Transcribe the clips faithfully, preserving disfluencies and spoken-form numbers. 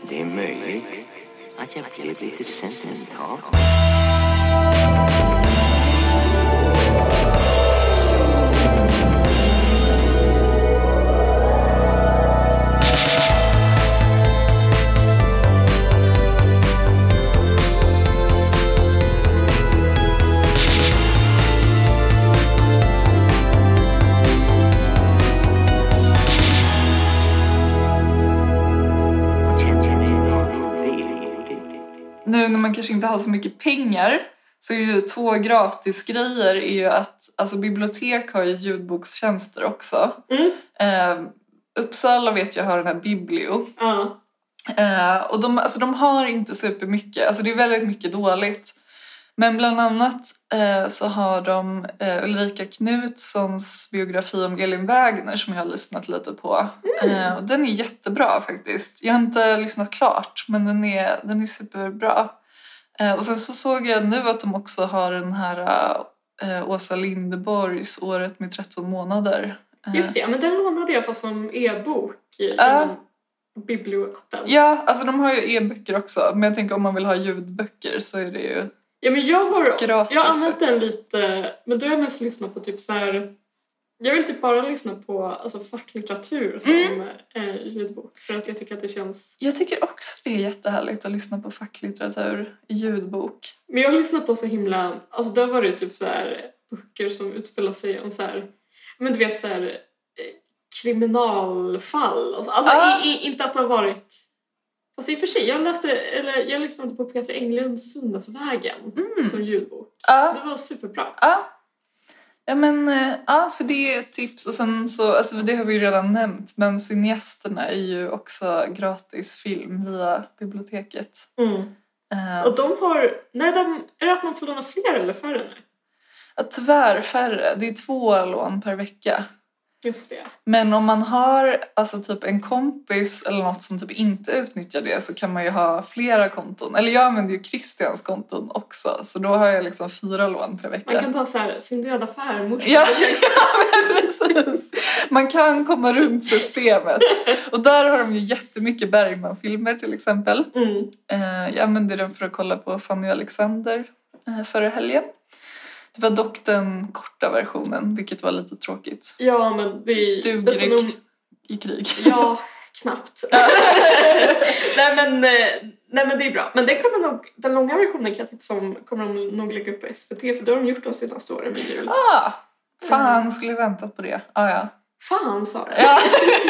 Det är möjligt att jag blev lite sentimental. Nu när man kanske inte har så mycket pengar så är ju två gratis grejer är ju att alltså bibliotek har ju ljudbokstjänster också. Mm. Eh, Uppsala vet jag har den här Biblio. Ja. Eh, och de, alltså de har inte supermycket, alltså det är väldigt mycket dåligt. Men bland annat eh, så har de eh, Ulrika Knutssons biografi om Elin Wägner som jag har lyssnat lite på. Mm. Eh, och den är jättebra faktiskt. Jag har inte lyssnat klart men den är, den är superbra. Eh, och sen så såg jag nu att de också har den här eh, Åsa Linderborgs Året med tretton månader. Eh, Just det, ja, men den lånade jag fast som e-bok i Ja. uh, biblioappen. Ja, alltså de har ju e-böcker också. Men jag tänker om man vill ha ljudböcker så är det ju... Ja, men jag har, Gratis. jag har använt den lite, men då har jag mest lyssnat på typ så här. Jag vill typ bara lyssna på alltså, facklitteratur som Mm. eh, ljudbok. För att jag tycker att det känns... Jag tycker också det är jättehärligt att lyssna på facklitteratur i ljudbok. Men jag har lyssnat på så himla... Alltså då var det typ så här böcker som utspelar sig om så här... Men du vet så här... Eh, kriminalfall. Och så. Alltså Ah. i, i, inte att det har varit... Alltså i och för sig, jag läste... Eller jag lyssnade på Peter Englunds Söndagsvägen Mm. som ljudbok. Ja, Det var superbra. ja. Ja men, eh, ja så det är ett tips. Och sen så, alltså det har vi ju redan nämnt. Men Cineasterna är ju också gratis film via biblioteket. Mm. Eh, Och de har... Nej, de, är det att man får låna fler eller färre nu? ja, tyvärr färre. Det är två lån per vecka. Just det. Men om man har alltså typ en kompis eller något som typ inte utnyttjar det så kan man ju ha flera konton. Eller jag använder ju Christians konton också. Så då har jag liksom fyra lån per vecka. Man kan ta så här, sin döda farmor. Ja, men precis. Man kan komma runt systemet. Och där har de ju jättemycket Bergman-filmer till exempel. Mm. Eh, jag använde den för att kolla på Fanny och Alexander eh, förra helgen. Det var dock den korta versionen, vilket var lite tråkigt. Ja, men det är... Duger det är så i, nog- i krig. Ja, knappt. nej, men, eh, nej, men det är bra. Men den, kommer nog, den långa versionen kan jag tipsa om kommer de nog lägga upp på S V T. För det har de gjort de senaste åren med jul. Ah, fan, skulle jag väntat på det. Ah, ja. Fan, sa det. Ja.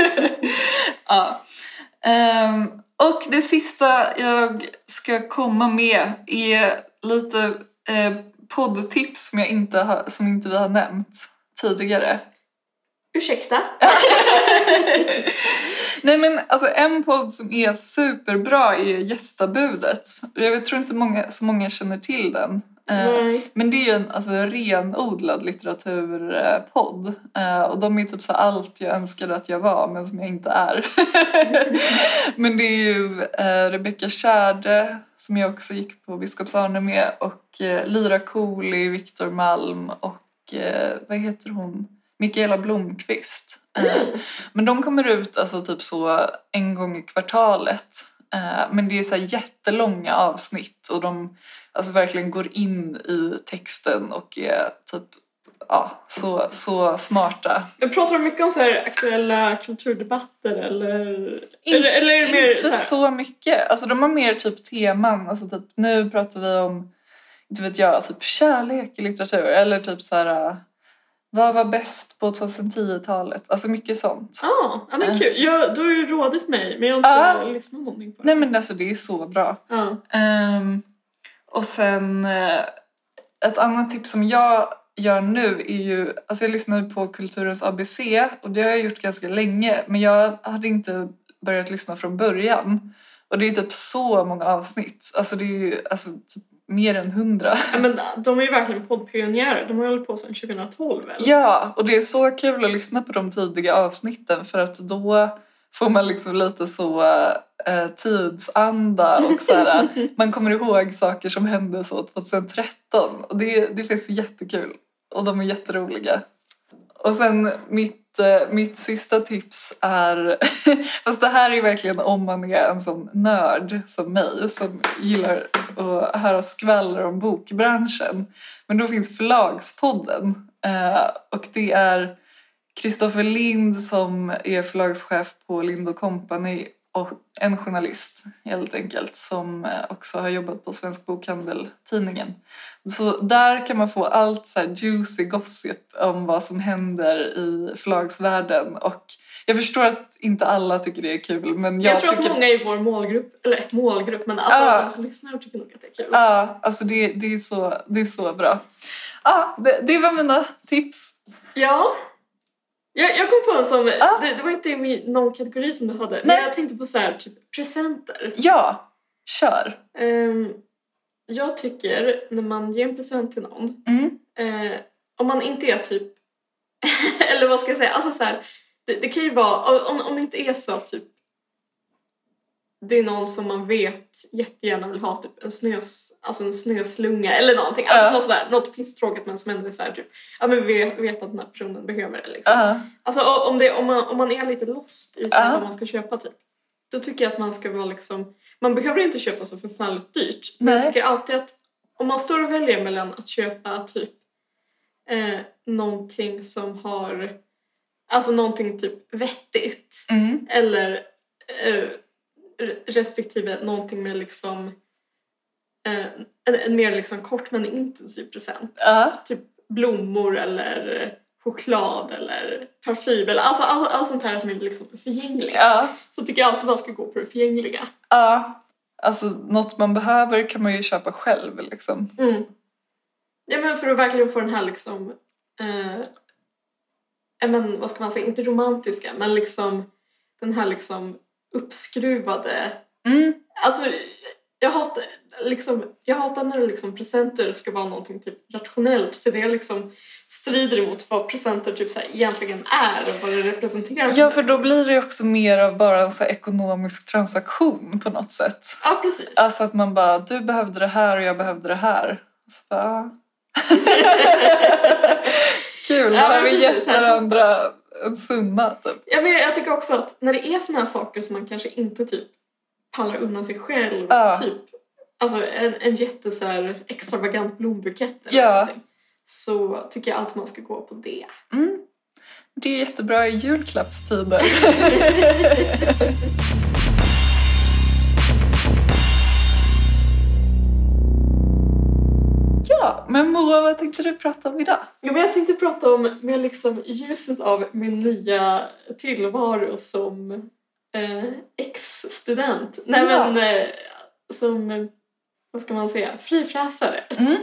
Ja. Ehm, och det sista jag ska komma med är lite eh, poddtips som, jag inte har, som inte vi har nämnt tidigare. Ursäkta? Nej men alltså en podd som är superbra är Gästabudet. Jag tror inte många, så många känner till den. Nej. Men det är ju en alltså, renodlad litteraturpodd. Och de är typ så allt jag önskade att jag var men som jag inte är. Men det är ju Rebecca Kärde som jag också gick på Biskops-Arne med. Och Lyra Cooley, Victor Malm och vad heter hon? Mikaela Blomqvist. Mm. Men de kommer ut alltså typ så en gång i kvartalet. Men det är så här jättelånga avsnitt och de alltså verkligen går in i texten och är typ ja, så, så smarta. Men pratar de mycket om så här aktuella kulturdebatter eller, In, eller, eller är det mer inte så, här? så mycket. Alltså de har mer typ teman. Alltså typ, nu pratar vi om inte vet jag, typ kärlek i litteratur. Eller typ så här vad var bäst på tjugohundratio-talet? Alltså mycket sånt. Ah, ja, men kul. Jag, du har ju rådit mig, men jag har inte Ah. lyssnat någonting på det. Nej men alltså det är så bra. Ah. Um, och sen uh, ett annat tips som jag gör nu är ju, alltså jag lyssnar ju på Kulturens A B C och det har jag gjort ganska länge men jag hade inte börjat lyssna från början och det är typ så många avsnitt, alltså det är ju alltså typ mer än hundra. Ja, men de är ju verkligen poddpionjärer, de har hållit på sedan tjugohundratolv eller? Ja, och det är så kul att lyssna på de tidiga avsnitten för att då får man liksom lite så eh, tidsanda och så här, man kommer ihåg saker som hände så tjugohundratretton och det, det finns jättekul och de är jätteroliga. Och sen mitt, mitt sista tips är, fast det här är verkligen om man är en sån nörd som mig som gillar att höra skvaller om bokbranschen. Men då finns Förlagspodden och det är Kristoffer Lind som är förlagschef på Lind och Company och en journalist helt enkelt som också har jobbat på Svensk Bokhandel-tidningen. Så där kan man få allt så här juicy gossip om vad som händer i förlagsvärlden. Och jag förstår att inte alla tycker det är kul. Men jag, jag tror tycker... att många i vår målgrupp, eller ett målgrupp, men alltså ah. de som lyssnar tycker nog att det är kul. Ja, ah, alltså det, det, är så, det är så bra. Ah, det, det var mina tips. Ja. Jag, jag kom på en som, ah. det, det var inte i någon kategori som du hade. Nej. Men jag tänkte på så här, typ presenter. Ja, kör. Um, jag tycker när man ger en present till någon, mm. uh, om man inte är typ, eller vad ska jag säga, alltså så här, det, det kan ju vara, om, om det inte är så typ, det är någon som man vet jättegärna vill ha typ en snös, alltså en snöslunga eller någonting. Alltså uh. något, sådär, något pisstråkigt men som ändå är så här, typ, ja men vi vet att den här personen behöver det liksom. Uh. Alltså om, det, om, man, om man är lite lost i så uh. vad man ska köpa typ. Då tycker jag att man ska vara liksom, man behöver inte köpa så förfärligt dyrt. Men jag tycker alltid att om man står och väljer mellan att köpa typ eh, någonting som har, alltså någonting typ vettigt. Mm. Eller eh, respektive någonting med liksom eh, en, en mer liksom kort men intensiv present. Uh. Typ blommor eller choklad eller parfym eller alltså allt all, all sånt här som är liksom förgängligt. Uh. Så tycker jag alltid man ska gå på det förgängliga. Ja, uh. Alltså något man behöver kan man ju köpa själv liksom. Mm. Ja men för att verkligen få den här liksom eh, men vad ska man säga, inte romantiska men liksom den här liksom uppskruvade. Mm. Alltså jag hatar liksom jag hatar när liksom presenter ska vara någonting typ rationellt för det liksom strider emot vad presenter typ så här egentligen är och vad det representerar. Ja, för då blir det också mer av bara en så här ekonomisk transaktion på något sätt. Ja, precis. Alltså att man bara, du behövde det här och jag behövde det här. Så bara... Kul, då ja, har vi gett varandra en summa typ. Ja, men jag tycker också att när det är såna här saker som man kanske inte typ pallar undan sig själv, ja. typ alltså en, en jätte så här extravagant blombukett eller ja. någonting, så tycker jag alltid man ska gå på det. Mm. Det är jättebra i julklappstider. Ja, men Moa, vad tänkte du prata om idag? Ja, men jag tänkte prata om med liksom ljuset av min nya tillvaro som eh, ex-student. Nej, ja. men eh, som, vad ska man säga, frifräsare. Mm.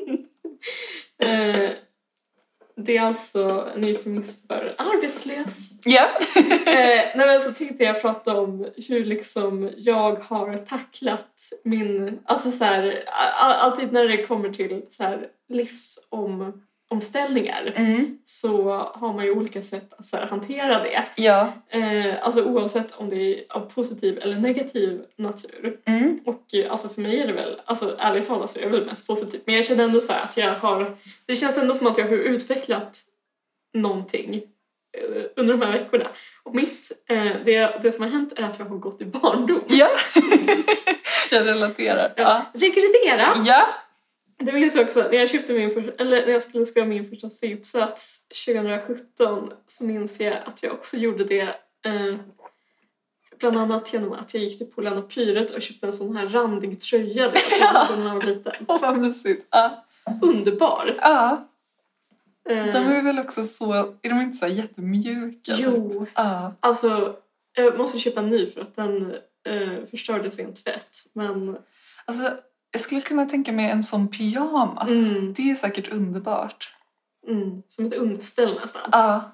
eh, det är alltså en eufemism för arbetslös. Ja. eh, nej, men så tänkte jag prata om hur liksom jag har tacklat min, alltså så här, all, alltid när det kommer till så här livsomställningar Mm. så har man ju olika sätt att så här, hantera det. Ja. Eh, alltså oavsett om det är av positiv eller negativ natur. Mm. Och alltså för mig är det väl, alltså ärligt talat så är det väl mest positivt. Men jag känner ändå så här att jag har, det känns ändå som att jag har utvecklat någonting eh, under de här veckorna. Och mitt, eh, det, det som har hänt är att jag har gått i barndom. Ja. Jag relaterar. Ja. Regredera. Ja. Det minns jag också, när jag köpte min första, eller när jag skulle skriva min första C-uppsats tjugohundrasjutton så minns jag att jag också gjorde det eh, bland annat genom att jag gick till Polarn och Pyret och köpte en sån här randig tröja det ja. när man var liten. Åh, vad mysigt. Ja. Underbar. Ja. Eh, De är väl också så, är de inte så här jättemjuka? jo, typ? Ja. alltså jag måste köpa en ny för att den eh, förstördes i en tvätt. Men Alltså, jag skulle kunna tänka mig en sån pyjamas. Mm. Det är säkert underbart. mm, som ett underställ nästan. Ja.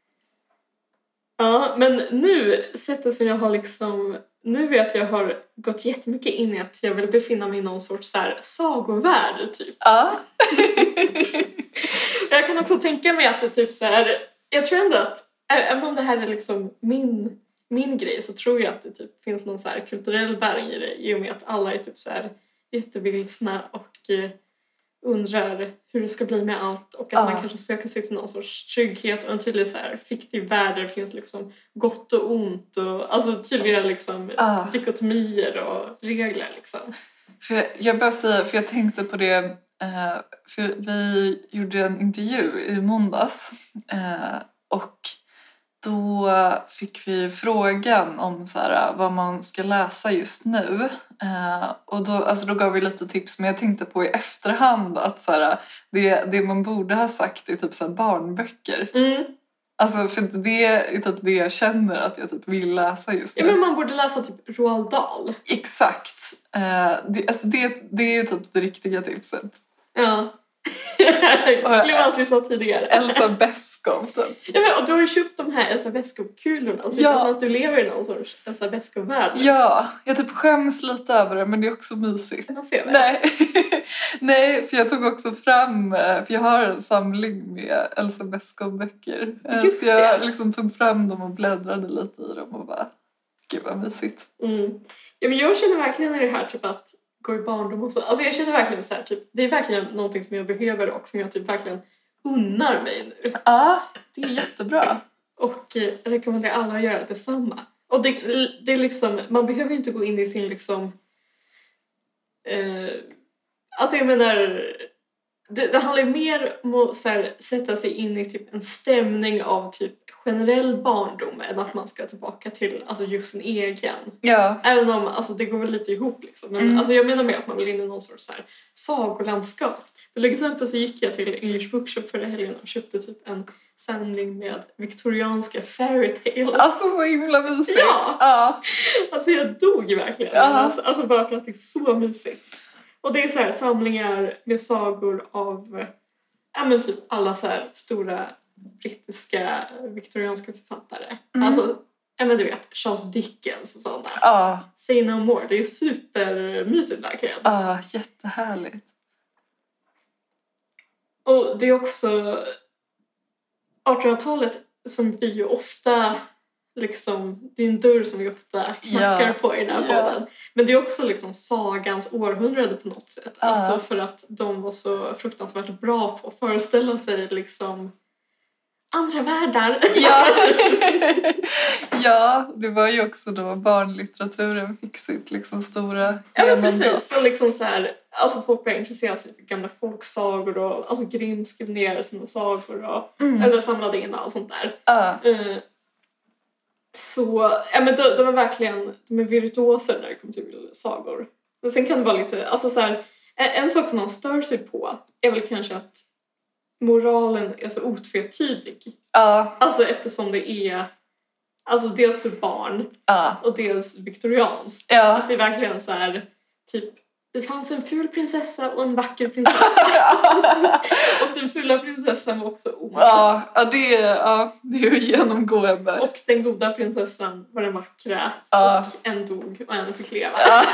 Ja, men nu, sättet som jag har liksom, nu vet att jag har gått jättemycket in i att jag vill befinna mig i någon sorts så här sagovärld typ. Ja. Jag kan också tänka mig att det typ så här, jag tror ändå att, även om det här är liksom min, min grej så tror jag att det typ finns någon så här kulturell bäring i det i och med att alla är typ så här jättevilsna och eh, undrar hur det ska bli med allt och att Ah. man kanske söker sig till någon sorts trygghet och en tydlig så här fiktiv värld där det finns liksom gott och ont och alltså tydliga liksom Ah. dikotomier och regler liksom. För jag, jag bara säga, för jag tänkte på det, eh, för vi gjorde en intervju i måndags eh, och då fick vi frågan om så här, vad man ska läsa just nu. Eh, och då, alltså då gav vi lite tips, men jag tänkte på i efterhand att så här, det, det man borde ha sagt är typ så här barnböcker. Mm. Alltså för det är typ det jag känner att jag typ vill läsa just nu. Ja, men man borde läsa typ Roald Dahl. Exakt. Eh, det, alltså det, det är ju typ det riktiga tipset. Ja. Glöm allt vi sa tidigare. Elsa Beskow typ. Ja, men, och du har ju köpt de här Elsa Beskow-kulorna. Så det Ja. känns som att du lever i någon sorts Elsa Beskow-värld. Ja, jag typ skäms lite över det, men det är också mysigt. Kan man se det? Nej. Nej, för jag tog också fram, för jag har en samling med Elsa Beskow-böcker. Eh, Just Så jag det. liksom tog fram dem och bläddrade lite i dem och bara, gud vad mysigt. Mm. Ja, men jag känner verkligen i det här typ att gå i barndom och så. Alltså jag känner verkligen så här, typ, det är verkligen någonting som jag behöver och som jag typ verkligen unnar mig nu. Ja, det är jättebra. Och eh, jag rekommenderar alla att göra detsamma. Och det, det är liksom, man behöver ju inte gå in i sin liksom... Eh, alltså jag menar... Det, det handlar ju mer om att så här, sätta sig in i typ en stämning av typ generell barndom än att man ska tillbaka till alltså, just sin egen. Ja. Även om alltså, det går väl lite ihop liksom. Men Mm. alltså, jag menar mer att man vill in i någon sorts så här, sagolandskap. Till exempel så gick jag till English Bookshop förra helgen och köpte typ en samling med viktorianska fairy tales. Alltså så himla mysigt. Ja. Ja. Alltså jag dog verkligen. Ja. Alltså, alltså bara för att det är så mysigt. Och det är så här samlingar med sagor av ja, men typ alla så här stora brittiska viktorianska författare. Mm. Alltså, ja men du vet, Charles Dickens och sånt där. Ja. Say No More, det är supermysigt verkligen. Ja, jättehärligt. Och det är också artonhundratalet som vi ju ofta liksom, det är en dörr som vi ofta knackar Ja. på i den här Ja. podden. Men det är också liksom sagans århundrade på något sätt. Ja. Alltså för att de var så fruktansvärt bra på att föreställa sig liksom andra världar. Ja. Ja, det var ju också då barnlitteraturen fick sitt liksom stora Ja, men genombrott. precis. Och liksom så här, alltså folk började intressera sig för gamla folksagor och alltså Grimm skrev ner sina sagor och, Mm. eller samlade in och sånt där. Ja. Eh, så, ja men de, de är verkligen, de är virtuoser när det kommer till sagor. Och sen kan det vara lite, alltså så här, en, en sak som man stör sig på är väl kanske att moralen är så otvetydig. Ja. Alltså eftersom det är, alltså dels för barn Ja. och dels viktorianskt. Ja. Att det är verkligen så här, typ, det fanns en ful prinsessa och en vacker prinsessa. Och den fula prinsessan var också ond. Ja, ja, det är, ja, det är ju genomgående. Och den goda prinsessan var den vackra. Ja. Och en dog och en fick leva. Ja.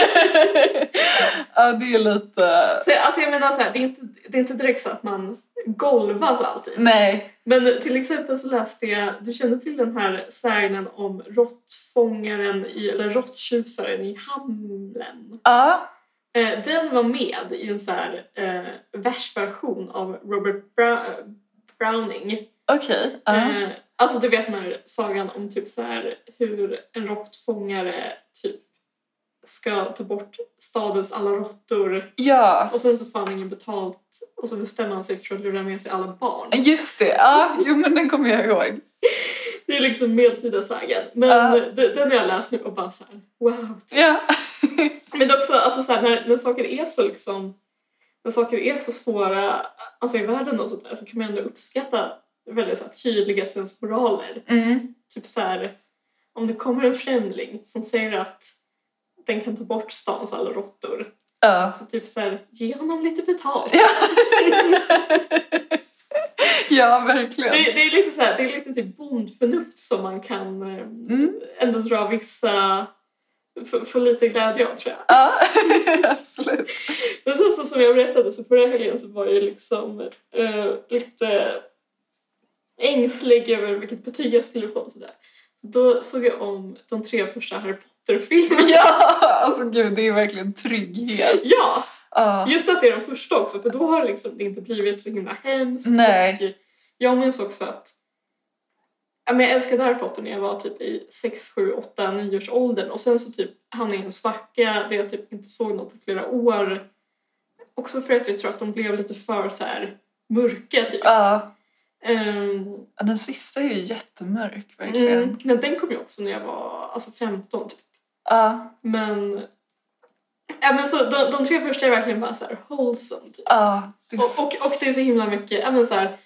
Ja, det är lite... Så, alltså jag menar så här, det är, inte, det är inte direkt så att man golvas alltid. Nej. Men till exempel så läste jag, du känner till den här sägnen om råttfångaren i, eller råtttjusaren i Hamlen. Ja. Eh, den var med i en så här eh, versversion av Robert Bra- Browning. Okej. Ja. Eh, alltså du vet den här sagan om typ så här hur en råttfångare typ ska ta bort stadens alla råttor. Ja. Och sen så får han ingen betalt och så bestämmer han sig för att lura med sig alla barn. Just det. Ja, jo men den kommer jag ihåg. Det är liksom medeltida sagan. Men Ja. det- den har jag läst nu och bara så här, wow. Ja. Men det är också alltså så här, när, när saker är så liksom, när saker är så svåra alltså i världen och sånt där, så kan man ändå uppskatta väldigt så här, tydliga sensmoraler. Mm. Typ så här, om det kommer en främling som säger att den kan ta bort stans alla råttor. Ja. Så typ så här, ge honom lite betalt. Ja. Ja, verkligen. Det, det är lite så här, det är lite typ bondförnuft som man kan eh, Mm. ändå dra vissa, få, få lite glädje av tror jag. Ja, absolut. Men sen så som jag berättade så förra helgen så var jag liksom eh, lite ängslig över vilket betyg jag skulle få och sådär. Så då såg jag om de tre första Harry Potter-filmerna. Ja, alltså gud, det är verkligen trygghet. Ja! Ja. Just att det är den första också, för då har det liksom inte blivit så himla hemskt. Nej. Och jag minns också att ja, men jag älskade Harry Potter när jag var typ i sex, sju, åtta, nio års åldern. Och sen så typ hamnade jag i en svacka där jag typ inte såg något på flera år. Också för att jag tror att de blev lite för så här mörka typ. Ja. Um, Ja, den sista är ju jättemörk, verkligen. mm, men den kom ju också när jag var alltså femton typ. Ja. Men, ja, men så de, de tre första är verkligen bara så här wholesome typ. Ja. Det är Och, och, och det är så himla mycket, ja men så här,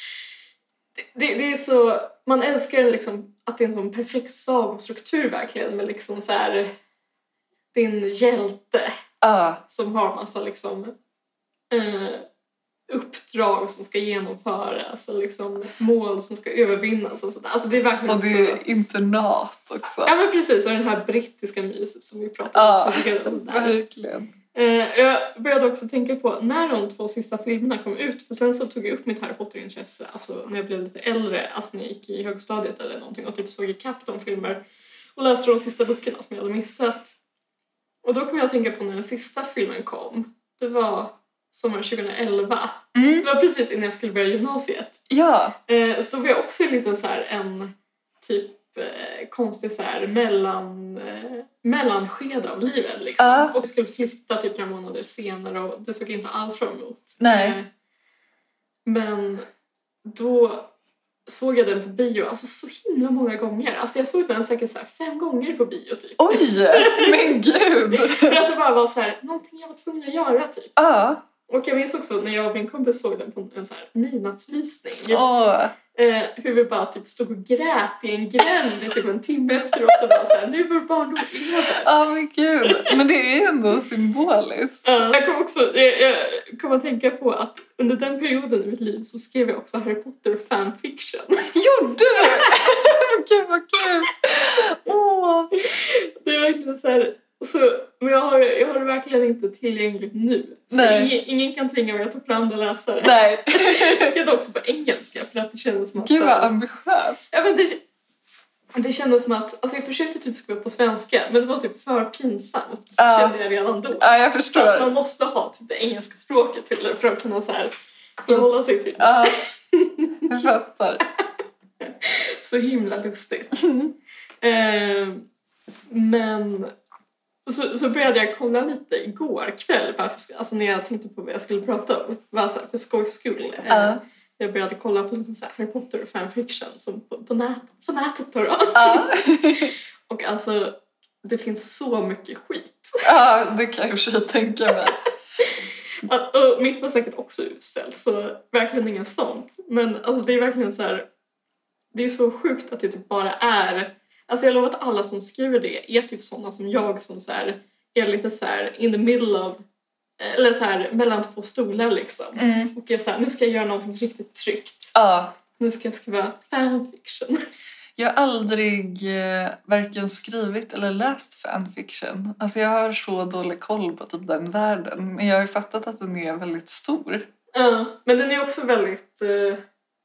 det, det, det är så, man älskar liksom att det är en perfekt sagostruktur verkligen, med liksom så här din hjälte Ja. som har massa liksom eh, uppdrag som ska genomföras och liksom mål som ska övervinnas och sådär. Alltså det är verkligen Och det är så... internat också. Ja men precis, och den här brittiska myset som vi pratade Ja, om tidigare. Och sådär. verkligen. Eh, jag började också tänka på när de två sista filmerna kom ut, för sen så tog jag upp mitt Harry Potter-intresse alltså när jag blev lite äldre, alltså när jag gick i högstadiet eller någonting och typ såg ikapp de filmer och läste de sista böckerna som jag hade missat. Och då kom jag att tänka på när den sista filmen kom. Det var sommaren tjugoelva. Mm. Det var precis innan jag skulle börja gymnasiet. Ja. Eh, så då var jag också i lite så här en typ eh, konstig så här mellan, eh, mellanskede av livet liksom. Ja. Och skulle flytta typ några månader senare och det såg jag inte alls fram emot. Nej. Eh, men då såg jag den på bio alltså så himla många gånger. Alltså jag såg den säkert så här fem gånger på bio typ. Oj, men gud. För att det bara var så här, någonting jag var tvungen att göra typ. Ja. Och jag minns också när jag och min kompis såg den på en så här midnattsvisning. Åh. Eh, hur vi bara typ stod och grät i en gränd i typ en timme efteråt och bara såhär, nu var barndom över. Ja, men gud. Men det är ändå symboliskt. Uh, jag kom också jag, jag kom att tänka på att under den perioden i mitt liv så skrev jag också Harry Potter fanfiction. Gjorde du? Gud, vad kul. Åh. Det är verkligen så här. Så, men jag har, jag har det verkligen inte tillgängligt nu. Så Nej. ingen, ingen kan tvinga mig att ta fram det och läsa det. Nej. Jag skrev det också på engelska för att det kändes som att... Gud, vad ambitiöst. Ja, men det, det kändes som att... Alltså jag försökte typ skriva på svenska, men det var typ för pinsamt. Ja. Kände jag redan då. Ja, jag Så att förstår. man måste ha typ det engelska språket till det för att kunna så här hålla sig till. Ja, jag fattar. Så himla lustigt. eh, men... Så, så började jag kolla lite igår kväll, bara för, alltså när jag tänkte på vad jag skulle prata om. Bara så här, för skojs skull. Uh. Jag började kolla på lite så här Harry Potter fanfiction som på, på, nät, på nätet då. då. Uh. Och alltså, det finns så mycket skit. Ja, det kan jag försöka tänka mig. Att, och mitt var säkert också uselt, så verkligen inget sånt. Men alltså, det är verkligen så här, det är så sjukt att det typ bara är... Alltså jag lovar att alla som skriver det är typ sådana som jag som så här, är lite så här in the middle of, eller så här mellan två stolar liksom. Mm. Och jag är så här, nu ska jag göra någonting riktigt tryggt. Ja. Nu ska jag skriva fanfiction. Jag har aldrig eh, varken skrivit eller läst fanfiction. Alltså jag har så dålig koll på typ den världen. Men jag har ju fattat att den är väldigt stor. Ja, men den är också väldigt uh,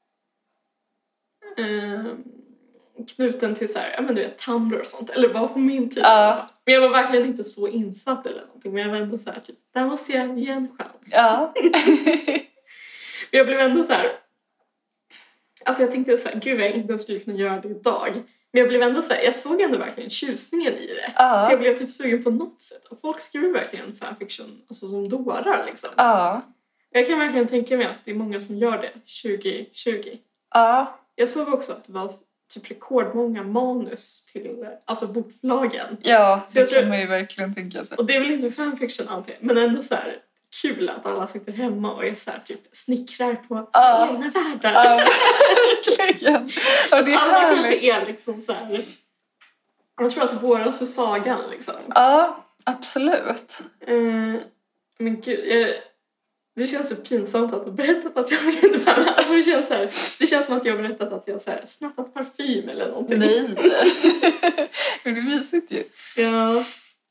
uh, knuten till så här, ja men du vet, Tumblr och sånt. Eller bara på min tid. Ja. Men jag var verkligen inte så insatt eller någonting. Men jag var ändå så här, typ, där måste jag ge en chans. Ja. Men jag blev ändå så här... Alltså jag tänkte så här, gud jag inte ens skulle kunna göra det idag. Men jag blev ändå så här, jag såg ändå verkligen tjusningen i det. Ja. Så jag blev typ sugen på något sätt. Och folk skriver verkligen fanfiction alltså som dårar liksom. Ja. Jag kan verkligen tänka mig att det är många som gör det tjugo tjugo. Ja. Jag såg också att det var typ rekordmånga manus till alltså bokförlagen. Ja, Så det jag tror- kan man ju verkligen tänka sig. Och det är väl inte fanfiction alltid, men ändå så här kul att alla sitter hemma och är så här typ snickrar på sina Ja. egna världar. Ja, verkligen. Och det är Alla härligt. kanske är liksom så här. Jag tror att det våras för sagan liksom. Ja, absolut. Eh, men gud, jag, det känns så pinsamt att ha berättat att jag ska inte vara. Alltså det känns så här, det känns som att jag har berättat att jag så här snattat parfym eller någonting. Nej. Men det är mysigt ju. Ja.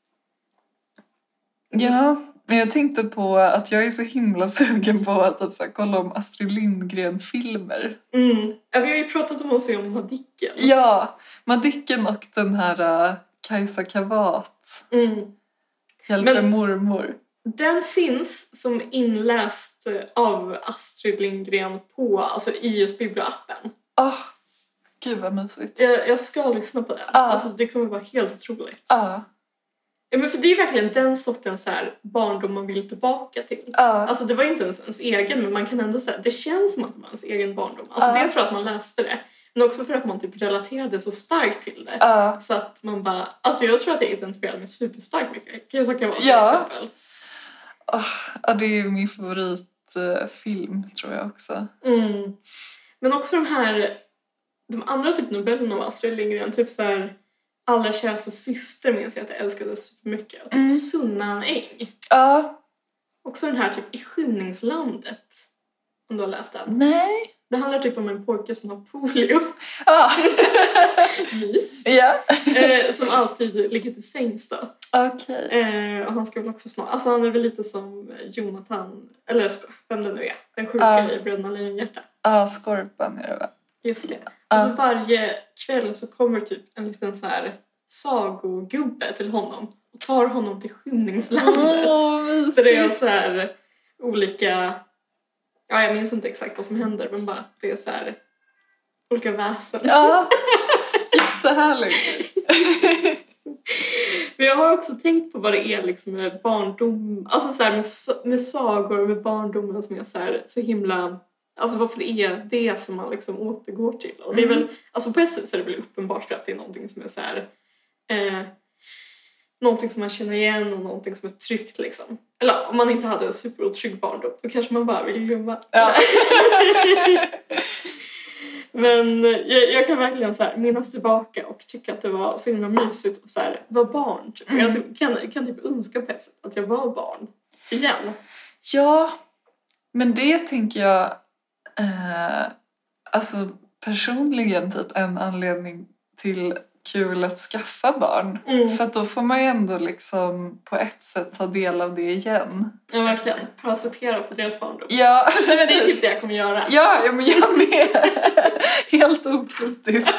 Ja, men jag tänkte på att jag är så himla sugen på att typ, så här, kolla om Astrid Lindgren-filmer. Mm. Ja, vi har ju pratat om att se om Madicken. Ja, Madicken och den här uh, Kajsa Kavat. Mm. Hjälper Men- mormor. Den finns som inläst av Astrid Lindgren på, alltså i just Biblio-appen. Ah, oh, gud vad mysigt. Jag, jag ska lyssna på den. Ah. Alltså det kommer vara helt otroligt. Ah. Ja, men för det är verkligen den sortens så här barndom man vill tillbaka till. Ah. Alltså det var inte ens ens egen, men man kan ändå säga det känns som att det var ens egen barndom. Alltså ah. det tror jag att man läste det. Men också för att man typ relaterade så starkt till det. Ah. Så att man bara, alltså jag tror att jag identifierade mig superstarkt mycket. Kan jag tacka vad ja. till exempel? Oh, ja, det är min favoritfilm uh, tror jag också. Mm. Men också de här, de andra typ novellerna av Astrid Lindgren, typ så här Allra käraste syster minns jag att jag älskade supermycket. Och typ mm. Sunnan äng. Ja. Också den här typ I skymningslandet. Om du har läst den. Nej. Det handlar typ om en pojke som har polio. Ja. Mys. Ja. eh, som alltid ligger till sängs då. Okej. Okay. Eh, och han ska väl också snart. Alltså han är väl lite som Jonathan. Eller vem det nu är. Den sjuka uh. i Bröderna Lejonhjärta. Ja, uh, Skorpan är det va? Just det. Uh. Alltså varje kväll så kommer typ en liten så här sagogubbe till honom. Och tar honom till skymningslandet. Oh, så det är så här olika... Ja, jag minns inte exakt vad som händer. Men bara att det är så här olika väsen. Ja, jättehärligt. Men jag har också tänkt på vad det är liksom med barndom. Alltså så här med, med sagor med barndomen som är så här så himla... Alltså varför det är det som man liksom återgår till. Och det är mm. väl... Alltså på ett sätt så är det väl uppenbart för att det är någonting som är så här... Eh, någonting som man känner igen och någonting som är tryggt liksom. Eller om man inte hade en superotrygg barndom då kanske man bara vill glömma. Ja. Men jag, jag kan verkligen så här minnas tillbaka och tycka att det var så himla mysigt och så här vara barn. Typ. Mm. Jag typ, kan, kan typ önska på ett sätt att jag var barn igen. Ja, men det tänker jag eh, alltså personligen typ en anledning till kul att skaffa barn. Mm. För att då får man ju ändå liksom på ett sätt ta del av det igen. Ja, verkligen. Parasitera på deras barndom. Ja, nej, men det är typ det jag kommer göra. Ja, ja men jag med. Helt okritiskt.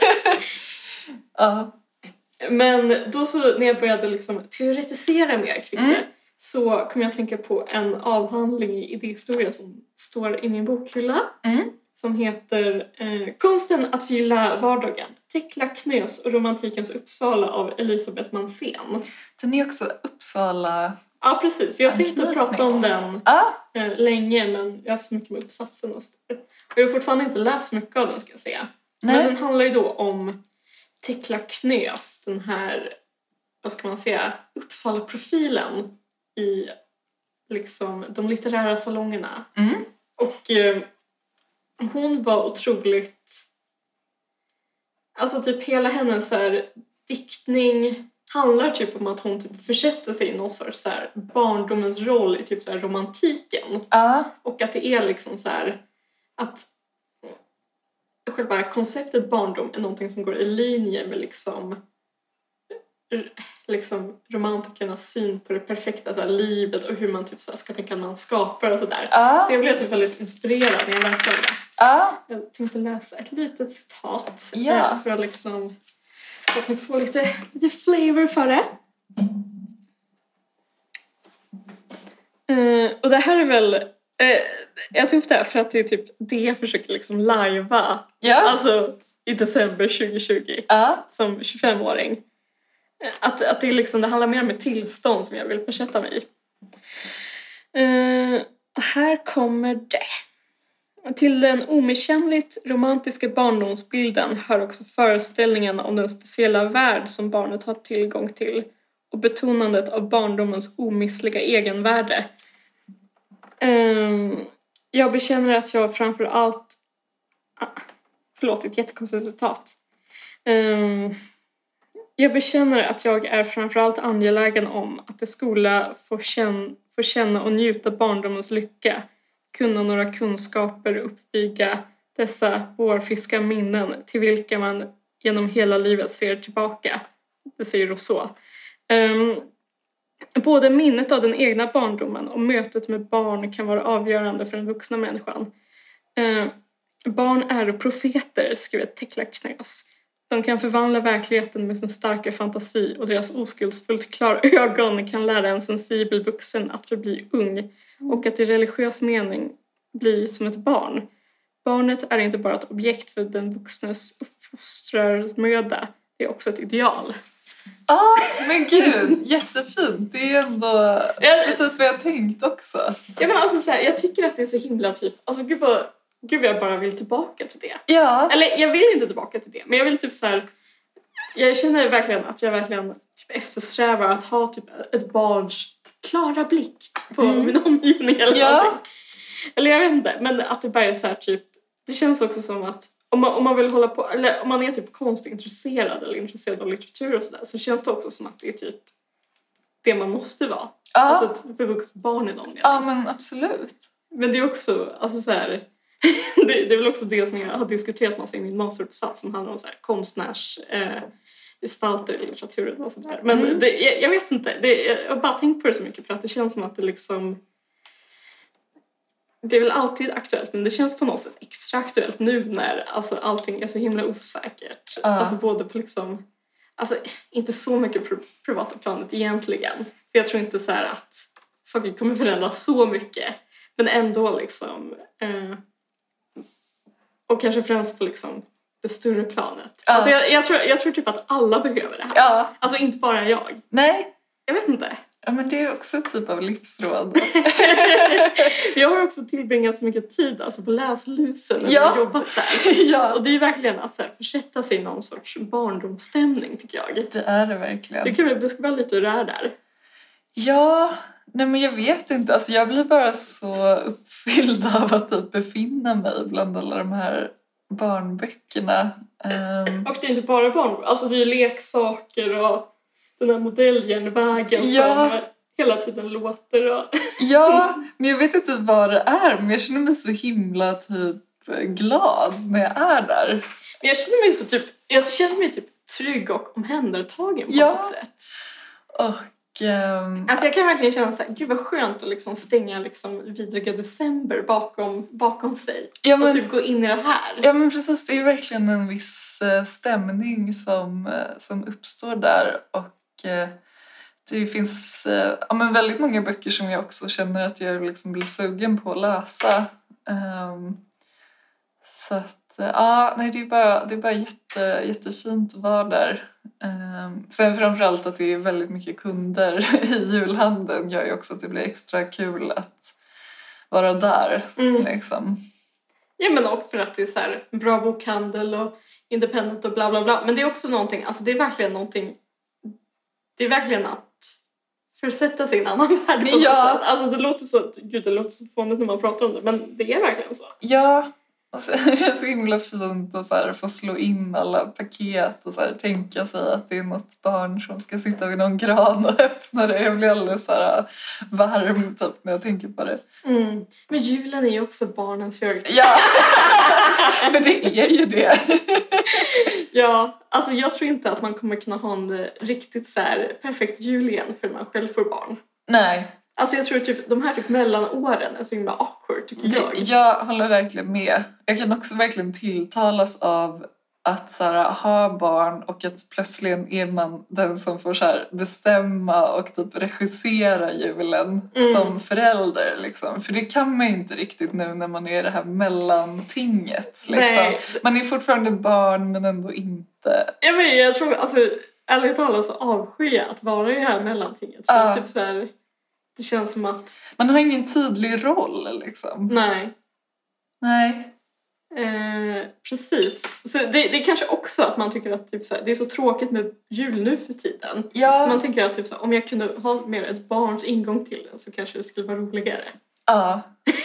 Ja. Men då så när jag började liksom teoretisera mer kring mm. det så kom jag att tänka på en avhandling i idéhistoria som står i min bokhylla. Mm. Som heter eh, Konsten att gilla vardagen. Tekla Knös och romantikens Uppsala av Elisabeth Mansén. Den är också Uppsala... Ja, precis. Jag tänkte prata om den ah. eh, länge men jag har så mycket med uppsatsen och så. Och jag har fortfarande inte läst mycket av den ska jag säga. Nej. Men den handlar ju då om Tekla Knös. Den här, vad ska man säga, Uppsala-profilen i liksom de litterära salongerna. Mm. Och... Eh, hon var otroligt... Alltså typ hela hennes så här, diktning handlar typ om att hon typ försätter sig i någon sorts så här, barndomens roll i typ så här, romantiken. Uh. Och att det är liksom så här att själva konceptet barndom är någonting som går i linje med liksom liksom romantikernas syn på det perfekta så här, livet och hur man typ så här, ska tänka att man skapar och sådär. Uh. Så jag blev typ väldigt inspirerad när jag läste det. Uh. Jag tänkte läsa ett litet citat yeah. för att liksom så att ni får lite, lite flavor för det. Uh, och det här är väl uh, jag tog upp det här för att det är typ det jag försöker liksom lajva yeah. alltså i december tjugo tjugo uh. som tjugofemåring. Att, att det, liksom, det handlar mer om ett tillstånd som jag vill försätta mig i. Uh, här kommer det. Till den omisskännligt romantiska barndomsbilden hör också föreställningen om den speciella värld som barnet har tillgång till och betonandet av barndomens omissliga egenvärde. Um, jag bekänner att jag framför allt... Ah, förlåt, ett jättekonstigt citat. Um, jag bekänner att jag är framförallt angelägen om att det skola får känna, får känna och njuta barndomens lycka, kunna några kunskaper uppbygga dessa vårfriska minnen till vilka man genom hela livet ser tillbaka. Det säger Rousseau. Um, både minnet av den egna barndomen och mötet med barn kan vara avgörande för den vuxna människan. Uh, barn är profeter, skriver Tekla Knös. De kan förvandla verkligheten med sin starka fantasi och deras oskuldsfullt klara ögon kan lära en sensibel vuxen att förbli ung och att i religiös mening bli som ett barn. Barnet är inte bara ett objekt för den vuxnes uppfostrarmöda, det är också ett ideal. Ja, ah, men gud, jättefint. Det är ändå precis vad jag tänkt också. Ja, men alltså så här, jag tycker att det är så himla typ, alltså gud vad, gud vad jag bara vill tillbaka till det. Ja. Eller jag vill inte tillbaka till det, men jag vill typ så här, jag känner verkligen att jag verkligen typ eftersträvar att ha typ ett barns klara blick på mm. min omgivning eller ja. någonting. Eller jag vet inte, men att det bara är så här typ, det känns också som att om man, om man vill hålla på, eller om man är typ konstintresserad eller intresserad av litteratur och sådär, så känns det också som att det är typ det man måste vara. Ja. Alltså ett förvuxet barn i någon mening. Ja, men absolut. Men det är också, alltså så här, det, det är väl också det som jag har diskuterat massa i min masteruppsats som handlar om så här konstnärs eh, gestalter i litteraturen och sådär. Men mm. det, jag, jag vet inte, det, jag har bara tänkt på det så mycket för att det känns som att det liksom, det är väl alltid aktuellt, men det känns på något sätt extra aktuellt nu när alltså, allting är så himla osäkert. Uh. Alltså både på liksom, alltså inte så mycket på privata planet egentligen. För jag tror inte så här att saker kommer förändras så mycket. Men ändå liksom, eh, och kanske främst på liksom det större planet. Uh. Alltså jag, jag, tror, jag tror typ att alla behöver det här. Uh. Alltså inte bara jag. Nej. Jag vet inte. Ja, men det är också en typ av livsråd. Jag har också tillbringat så mycket tid alltså på läslusen när ja. jag har jobbat där. Ja. Och det är ju verkligen att så här, försätta sig i någon sorts barndomsstämning tycker jag. Det är det verkligen. Du kan väl beskriva lite hur det är där? Ja, nej men jag vet inte. Alltså jag blir bara så uppfylld av att typ befinna mig bland alla de här barnböckerna. Um... Och det är inte bara barn, alltså det är ju leksaker och den här modelljärnvägen ja. som hela tiden låter. Och ja, men jag vet inte vad det är. Men jag känner mig så himla typ glad när jag är där. Men jag känner mig så typ, jag känner mig typ trygg och omhändertagen på ja. något sätt. Och... Um... Alltså jag kan verkligen känna så här, gud vad skönt att liksom stänga liksom vidriga december bakom, bakom sig. Ja, men, och typ gå in i det här. Ja men precis, det är verkligen en viss stämning som, som uppstår där. Och det finns ja, men väldigt många böcker som jag också känner att jag liksom blir sugen på att läsa. Um, så att ja, nej, det är bara, det är bara jätte, jättefint att vara där. Um, sen framförallt att det är väldigt mycket kunder i julhandeln gör ju också att det blir extra kul att vara där. Mm. Liksom. Ja men och för att det är så här bra bokhandel och independent och bla bla bla. Men det är också någonting, alltså det är verkligen någonting, det är verkligen att försätta sig i en annan värld på ja. något sätt. Alltså det låter så, gud det låter så fånigt när man pratar om det, men det är verkligen så. Ja, alltså, det känns så himla fint att så här, få slå in alla paket och så här, tänka sig att det är något barn som ska sitta vid någon gran och öppna det. Jag blir alldeles så här varm typ när jag tänker på det. Mm. Men julen är ju också barnens högtid. Ja, men det är ju det. Ja, alltså jag tror inte att man kommer kunna ha en riktigt så här perfekt jul igen för man själv får barn. Nej. Alltså jag tror typ de här typ mellanåren är så himla awkward tycker jag. Det, jag håller verkligen med. Jag kan också verkligen tilltalas av att så här, ha barn och att plötsligen är man den som får så här, bestämma och typ regissera julen mm. som förälder. Liksom. För det kan man ju inte riktigt nu när man är i det här mellantinget. Liksom. Man är fortfarande barn men ändå inte. Jag, vet, jag tror alltså, ärligt talat så avskyr jag att vara i det här mellantinget. För uh. typ så här, det känns som att... Man har ingen tydlig roll liksom. Nej. Nej. Eh, precis. Så det, det är kanske också att man tycker att typ, så här, det är så tråkigt med jul nu för tiden. Ja. Så man tänker att typ, så här, om jag kunde ha mer ett barns ingång till den så kanske det skulle vara roligare. Ja.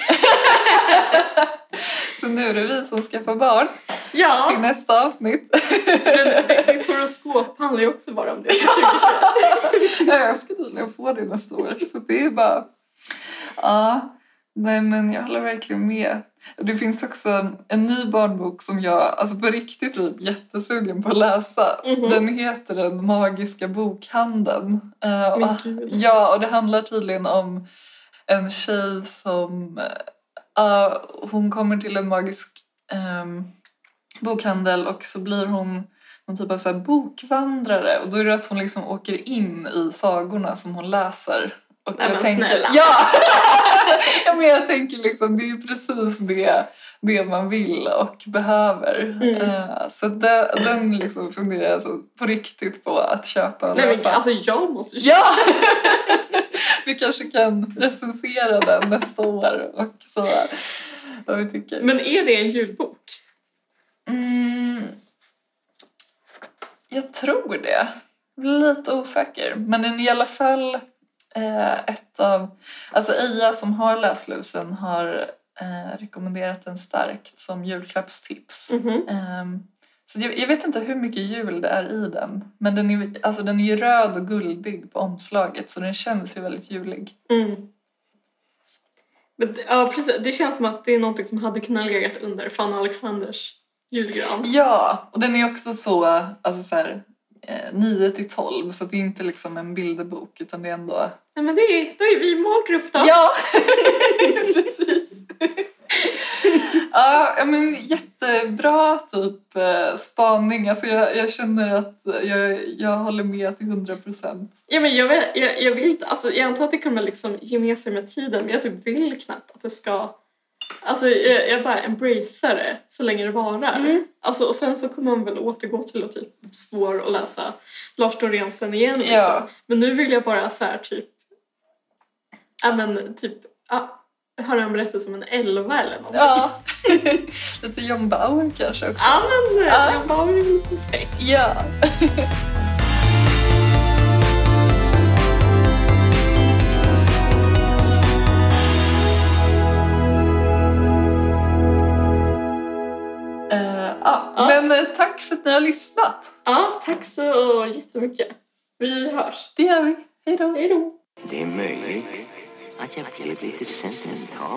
Så nu är det vi som ska få barn. Ja. Till nästa avsnitt. Men ditt horoskop handlar ju också bara om det. Ja, jag ska tydligen få det nästa år. Så det är bara... Ja. Nej, men jag håller verkligen med. Det finns också en ny barnbok som jag alltså på riktigt typ jättesugen på att läsa. Mm-hmm. Den heter Den magiska bokhandeln. Uh, och, ja, och det handlar tydligen om en tjej som... Uh, hon kommer till en magisk um, bokhandel och så blir hon någon typ av så här bokvandrare. Och då är det att hon liksom åker in i sagorna som hon läser. Och Nej, jag men tänker, snälla. ja! ja, men jag tänker liksom, det är ju precis det, det man vill och behöver. Mm. Uh, så det, den liksom funderar jag så på riktigt på att köpa och Nej, läsa. men alltså jag måste köpa. Ja! Vi kanske kan recensera den nästa år och så vad vi tycker. Men är det en julbok? Mm, jag tror det. Lite osäker. Men den är i alla fall eh, ett av... Alltså Eija som har Läslusen har eh, rekommenderat den starkt som julklappstips. Mm-hmm. Eh, så jag, jag vet inte hur mycket jul det är i den. Men den är, alltså den är ju röd och guldig på omslaget. Så den känns ju väldigt julig. Mm. Men, ja, precis. Det känns som att det är något som hade kunnat legat under Fanny Alexanders julgran. Ja, och den är också så, alltså så här, nio till tolv, så det är inte liksom en bilderbok utan det är ändå... Nej, men det är, då är vi målgrupp då. Ja, precis. Ja, men jättebra typ spaning. Alltså jag, jag känner att jag, jag håller med till hundra procent. Ja, men jag, vet, jag, jag vill inte, alltså jag antar att det kommer liksom ge med sig med tiden, men jag typ vill knappt att det ska... Alltså jag, jag bara embracear det så länge det varar. Mm. Alltså, och sen så kommer man väl återgå till att typ svår och läsa Lars Norénsen igen. Liksom. Ja. Men nu vill jag bara så här typ... Ja men typ... Ja, höra en berättelse om en elva eller något. Ja. Lite John Bauer kanske också. Ja men ja. John Bauer är perfekt. Ja. Ja, ja. Men tack för att ni har lyssnat. Ja, tack så jättemycket. Vi hörs. Det gör vi. Hej då. Hej då. Det är möjligt att jag blev lite sentimental.